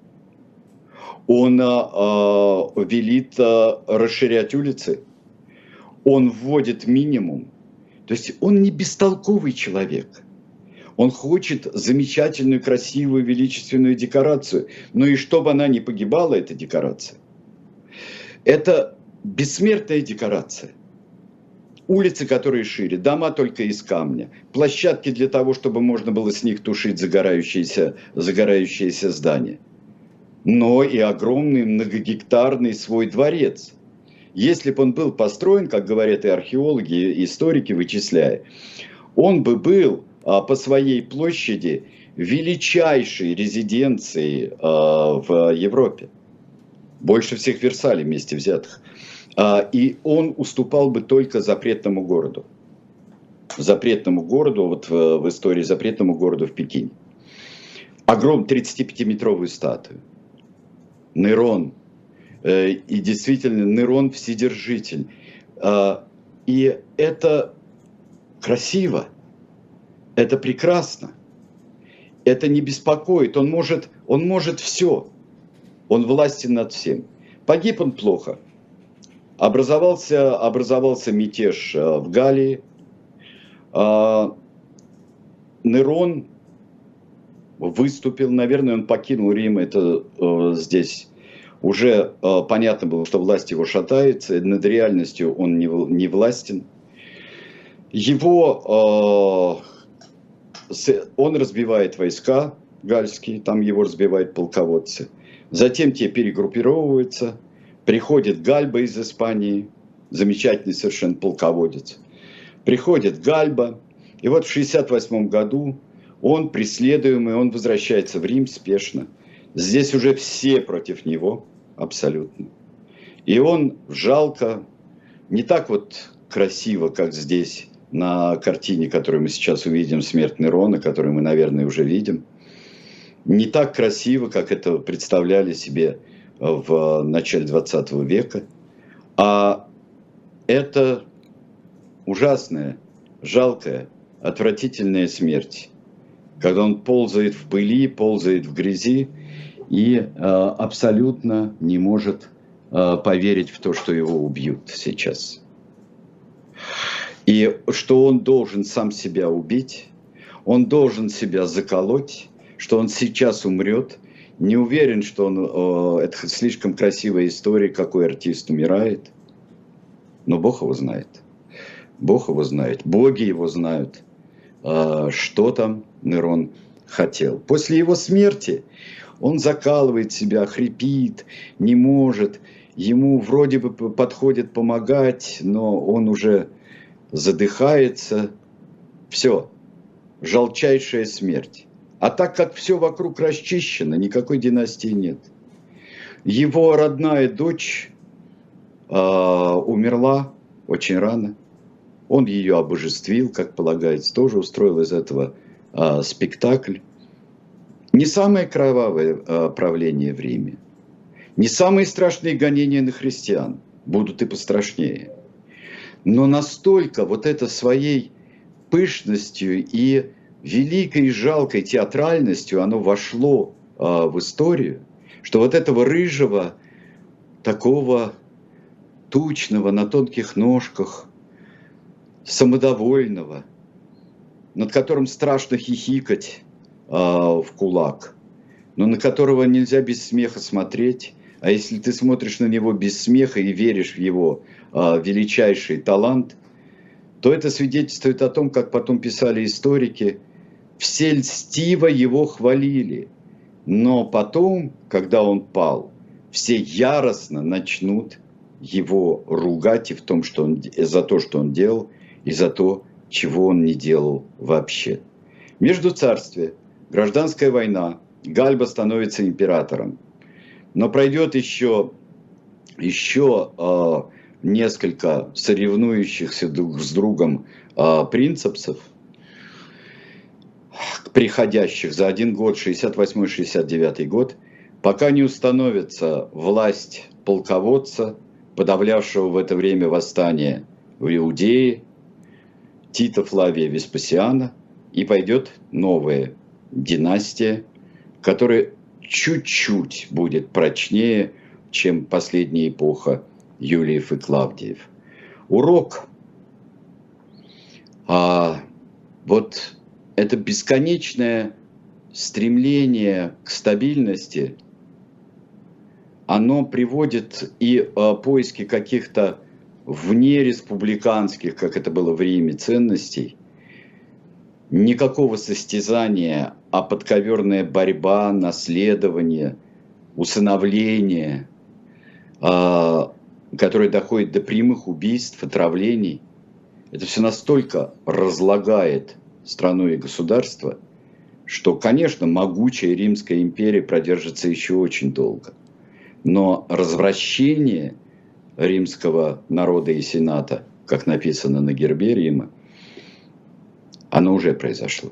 Он э, велит э, расширять улицы. Он вводит минимум. То есть он не бестолковый человек. Он хочет замечательную, красивую, величественную декорацию. Но и чтобы она не погибала, эта декорация. Это бессмертная декорация. Улицы, которые шире, дома только из камня. Площадки для того, чтобы можно было с них тушить загорающиеся, загорающиеся здания. Но и огромный многогектарный свой дворец. Если бы он был построен, как говорят и археологи, и историки, вычисляя, он бы был а, по своей площади величайшей резиденцией а, в Европе. Больше всех Версалей вместе взятых. А, и он уступал бы только запретному городу. Запретному городу, вот в, в истории запретному городу в Пекине. Огромную тридцатипятиметровую статую. Нерон. И действительно, Нерон вседержитель. И это красиво, это прекрасно, это не беспокоит. Он может, он может все, он властен над всем. Погиб он плохо. Образовался, образовался мятеж в Галлии. Нерон выступил, наверное, он покинул Рим, это здесь... Уже э, понятно было, что власть его шатается, над реальностью он не, не властен. Его, э, с, он разбивает войска гальские, там его разбивают полководцы. Затем те перегруппировываются, приходит Гальба из Испании, замечательный совершенно полководец. Приходит Гальба, и вот в шестьдесят восьмом году он преследуемый, он возвращается в Рим спешно. Здесь уже все против него. Абсолютно. И он жалко, не так вот красиво, как здесь на картине, которую мы сейчас увидим, «Смерть Нерона», которую мы, наверное, уже видим. Не так красиво, как это представляли себе в начале двадцатого века. А это ужасная, жалкая, отвратительная смерть. Когда он ползает в пыли, ползает в грязи, и э, абсолютно не может э, поверить в то, что его убьют сейчас. И что он должен сам себя убить, он должен себя заколоть, что он сейчас умрет. Не уверен, что он, э, это слишком красивая история, какой артист умирает. Но Бог его знает. Бог его знает. Боги его знают, э, что там Нерон хотел. После его смерти он закалывает себя, хрипит, не может. Ему вроде бы подходит помогать, но он уже задыхается. Все, жалчайшая смерть. А так как все вокруг расчищено, никакой династии нет. Его родная дочь э, умерла очень рано. Он ее обожествил, как полагается, тоже устроил из этого э, спектакль. Не самое кровавое э, правление в Риме, не самые страшные гонения на христиан, будут и пострашнее. Но настолько вот это своей пышностью и великой и жалкой театральностью оно вошло э, в историю, что вот этого рыжего, такого тучного, на тонких ножках, самодовольного, над которым страшно хихикать э, в кулак, но на которого нельзя без смеха смотреть. А если ты смотришь на него без смеха и веришь в его э, величайший талант, то это свидетельствует о том, как потом писали историки, все льстиво его хвалили. Но потом, когда он пал, все яростно начнут его ругать и в том, что он, за то, что он делал, и за то, чего он не делал вообще. Междуцарствие, гражданская война, Гальба становится императором. Но пройдет еще, еще э, несколько соревнующихся друг с другом э, принципсов, приходящих за один год, шестьдесят восьмой — шестьдесят девятый год, пока не установится власть полководца, подавлявшего в это время восстание в Иудее, Тита Флавия Веспасиана, и пойдет новая династия, которая чуть-чуть будет прочнее, чем последняя эпоха Юлиев и Клавдиев. Урок. А, вот это бесконечное стремление к стабильности, оно приводит и а, поиски каких-то внереспубликанских, как это было в Риме, ценностей. Никакого состязания, а подковерная борьба, наследование, усыновление, э, которое доходит до прямых убийств, отравлений. Это все настолько разлагает страну и государство, что, конечно, могучая Римская империя продержится еще очень долго. Но развращение римского народа и сената, как написано на гербе Рима, оно уже произошло.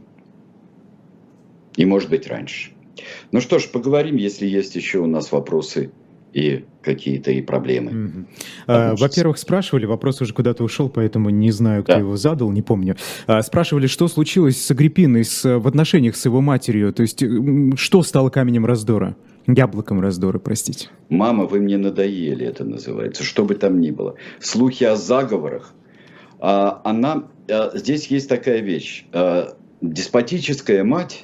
И может быть раньше. Ну что ж, поговорим, если есть еще у нас вопросы и какие-то и проблемы. Mm-hmm. А, во-первых, спрашивали, вопрос уже куда-то ушел, поэтому не знаю, кто да. его задал, не помню. А, спрашивали, что случилось с Агриппиной с, в отношениях с его матерью, то есть что стало камнем раздора, яблоком раздора, простите. Мама, вы мне надоели, это называется, что бы там ни было. Слухи о заговорах, а, она, а, здесь есть такая вещь, а, деспотическая мать,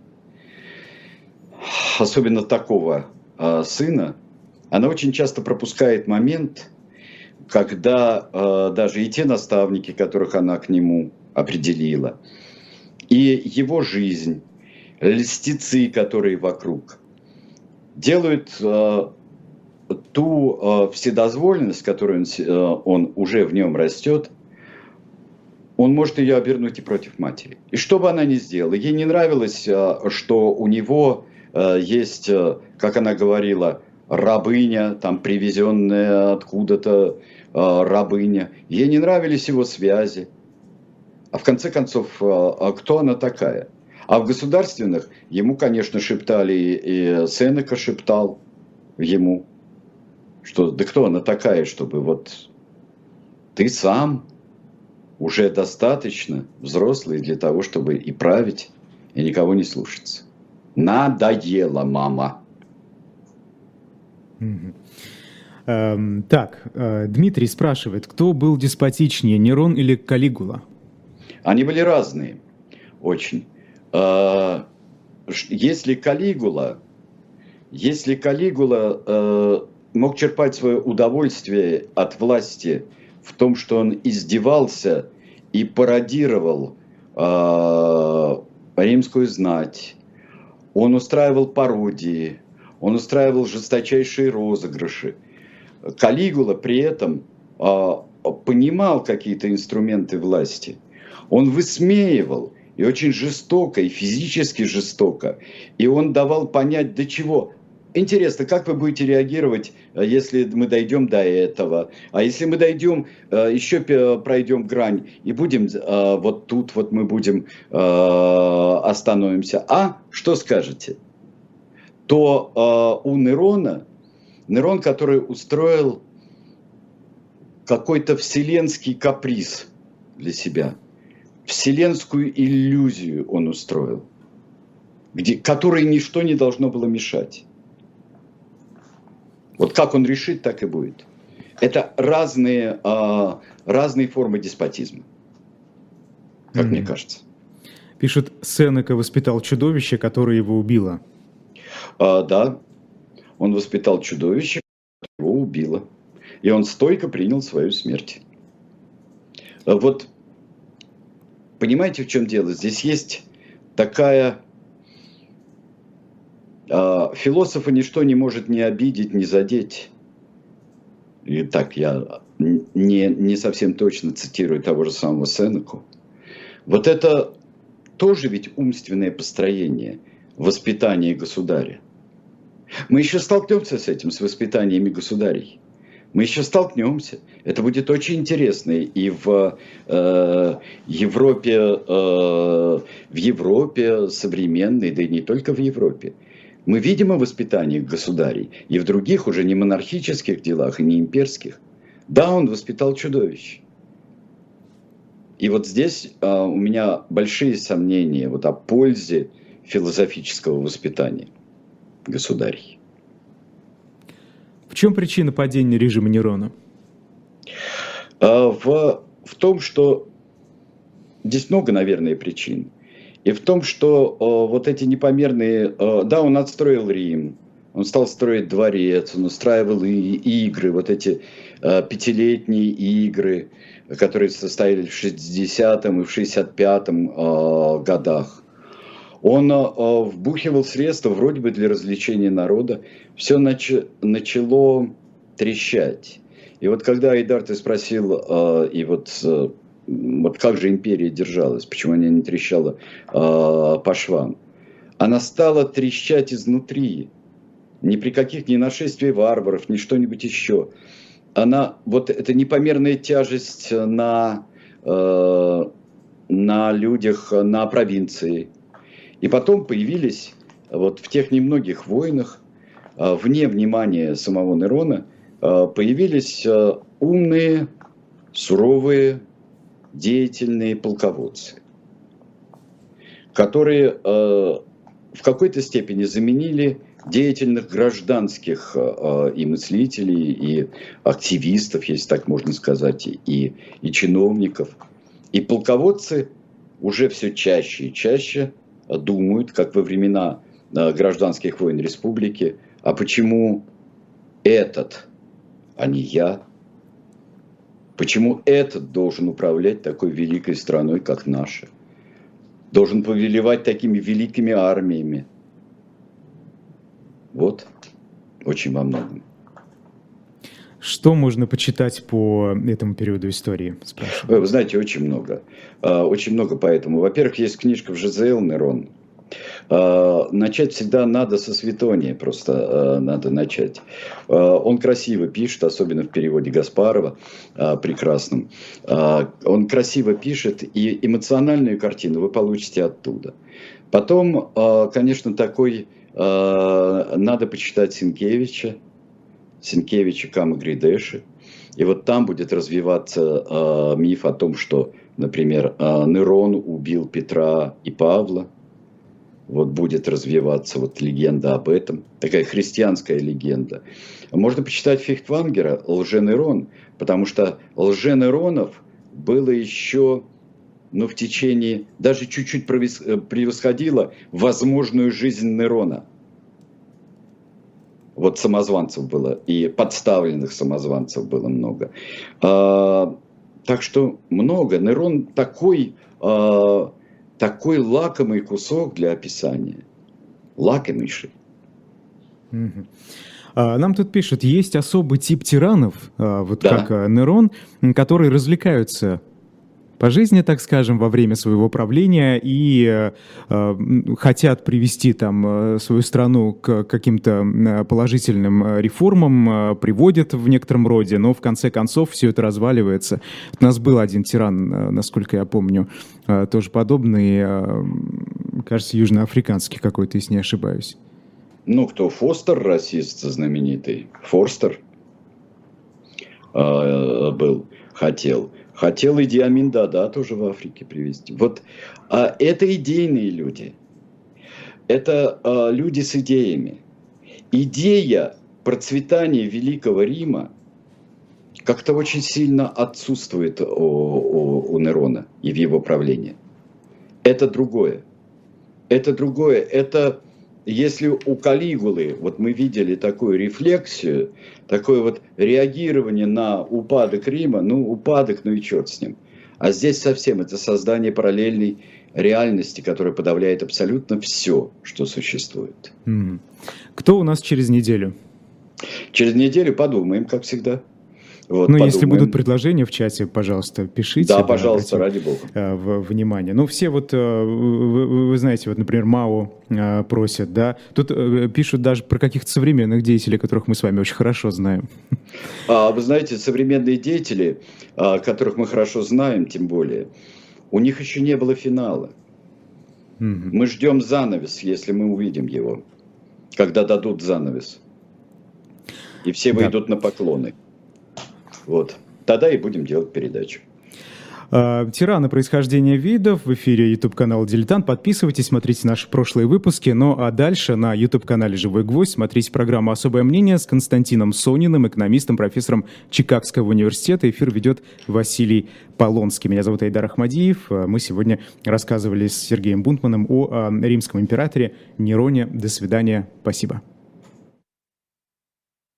особенно такого а, сына, она очень часто пропускает момент, когда э, даже и те наставники, которых она к нему определила, и его жизнь, льстецы, которые вокруг, делают э, ту э, вседозволенность, которую он, э, он уже в нем растет, он может ее обернуть и против матери. И что бы она ни сделала, ей не нравилось, э, что у него э, есть, э, как она говорила, рабыня, там привезенная откуда-то э, рабыня. Ей не нравились его связи. А в конце концов, э, кто она такая? А в государственных ему, конечно, шептали, и Сенека шептал ему, что да кто она такая, чтобы вот ты сам уже достаточно взрослый для того, чтобы и править, и никого не слушаться. Надоело, мама. Эм, так, э, Дмитрий спрашивает, кто был деспотичнее, Нерон или Калигула? Они были разные, очень. Э, если Калигула, если Калигула э, мог черпать свое удовольствие от власти в том, что он издевался и пародировал э, римскую знать, он устраивал пародии, он устраивал жесточайшие розыгрыши. Калигула при этом а, понимал какие-то инструменты власти. Он высмеивал, и очень жестоко, и физически жестоко. И он давал понять, до чего. Интересно, как вы будете реагировать, если мы дойдем до этого? А если мы дойдем, еще пройдем грань, и будем вот тут, вот мы будем, остановимся. А что скажете? То э, у Нерона, Нерон, который устроил какой-то вселенский каприз для себя, вселенскую иллюзию он устроил, где, которой ничто не должно было мешать. Вот как он решит, так и будет. Это разные, э, разные формы деспотизма, как mm-hmm. мне кажется. Пишет, Сенека воспитал чудовище, которое его убило. А, да, он воспитал чудовище, его убило. И он стойко принял свою смерть. А вот, понимаете, в чем дело? Здесь есть такая... А, философа ничто не может ни обидеть, ни задеть. и так я не, не совсем точно цитирую того же самого Сенеку, вот это тоже ведь умственное построение воспитания государя. Мы еще столкнемся с этим, с воспитаниями государей. Мы еще столкнемся. Это будет очень интересно и в э, Европе, э, в Европе современной, да и не только в Европе. Мы видим о воспитаниях государей и в других уже не монархических делах, и не имперских. Да, он воспитал чудовищ. И вот здесь э, у меня большие сомнения вот о пользе философического воспитания государей. В чем причина падения режима Нерона? В, в том, что здесь много, наверное, причин. И в том, что о, вот эти непомерные... О, да, он отстроил Рим, он стал строить дворец, он устраивал и, и игры, вот эти о, пятилетние игры, которые состоялись в шестидесятом и в шестьдесят пятом о, годах. Он о, вбухивал средства вроде бы для развлечения народа. Все нач, начало трещать. И вот когда, Айдар, ты спросил, э, и вот, э, вот как же империя держалась, почему она не трещала э, по швам, она стала трещать изнутри. Ни при каких ни нашествии варваров, ни что-нибудь еще. Она, вот эта непомерная тяжесть на, э, на людях, на провинции. И потом появились вот в тех немногих войнах, э, вне внимания самого Нерона, появились умные, суровые, деятельные полководцы, которые в какой-то степени заменили деятельных гражданских и мыслителей, и активистов, если так можно сказать, и, и чиновников. И полководцы уже все чаще и чаще думают, как во времена гражданских войн республики, а почему этот, а не я? Почему этот должен управлять такой великой страной, как наша? Должен повелевать такими великими армиями? Вот, очень во многом. Что можно почитать по этому периоду истории? Вы, вы знаете, очень много. Очень много поэтому. Во-первых, есть книжка в Жизел Нерон. Начать всегда надо со Светония, просто надо начать. Он красиво пишет, особенно в переводе Гаспарова, прекрасном. Он красиво пишет, и эмоциональную картину вы получите оттуда. Потом, конечно, такой, надо почитать Сенкевича, Сенкевича Кама Гридеши. И вот там будет развиваться миф о том, что, например, Нерон убил Петра и Павла. Вот будет развиваться вот легенда об этом, такая христианская легенда. Можно почитать Фихтвангера «Лженерон», потому что Лженеронов было еще, ну, в течение, даже чуть-чуть превосходило возможную жизнь Нерона. Вот самозванцев было, и подставленных самозванцев было много. А, так что много. Нерон такой... А, Такой лакомый кусок для описания. Лакомейший. Mm-hmm. А, нам тут пишут, есть особый тип тиранов, а, вот да. как а, Нерон, которые развлекаются по жизни, так скажем, во время своего правления и э, хотят привести там свою страну к каким-то положительным реформам, э, приводят в некотором роде, но в конце концов все это разваливается. У нас был один тиран, насколько я помню, э, тоже подобный, э, кажется, южноафриканский какой-то, если не ошибаюсь. Ну, кто? Фостер, расист знаменитый. Форстер э, был, хотел. Хотел Иди Амин Дада тоже в Африке привезти. Вот а, это идейные люди. Это а, люди с идеями. Идея процветания Великого Рима как-то очень сильно отсутствует у, у, у Нерона и в его правлении. Это другое. Это другое. Это если у Калигулы, вот мы видели такую рефлексию, такое вот реагирование на упадок Рима, ну упадок, ну и черт с ним. А здесь совсем это создание параллельной реальности, которая подавляет абсолютно все, что существует. Mm. Кто у нас через неделю? Через неделю подумаем, как всегда. Вот, ну, если подумаем. будут предложения в чате, пожалуйста, пишите. Да, пожалуйста, ради бога. В, внимание. Ну, все вот, вы, вы знаете, вот, например, МАО просят, да, тут пишут даже про каких-то современных деятелей, которых мы с вами очень хорошо знаем. А, вы знаете, современные деятели, которых мы хорошо знаем, тем более, у них еще не было финала. Mm-hmm. Мы ждем занавес, если мы увидим его, когда дадут занавес. И все выйдут да. на поклоны. Вот. Тогда и будем делать передачу. Тираны происхождения видов. В эфире YouTube-канал «Дилетант». Подписывайтесь, смотрите наши прошлые выпуски. Ну а дальше на YouTube-канале «Живой гвоздь» смотрите программу «Особое мнение» с Константином Сониным, экономистом, профессором Чикагского университета. Эфир ведет Василий Полонский. Меня зовут Айдар Ахмадиев. Мы сегодня рассказывали с Сергеем Бунтманом о римском императоре Нероне. До свидания. Спасибо.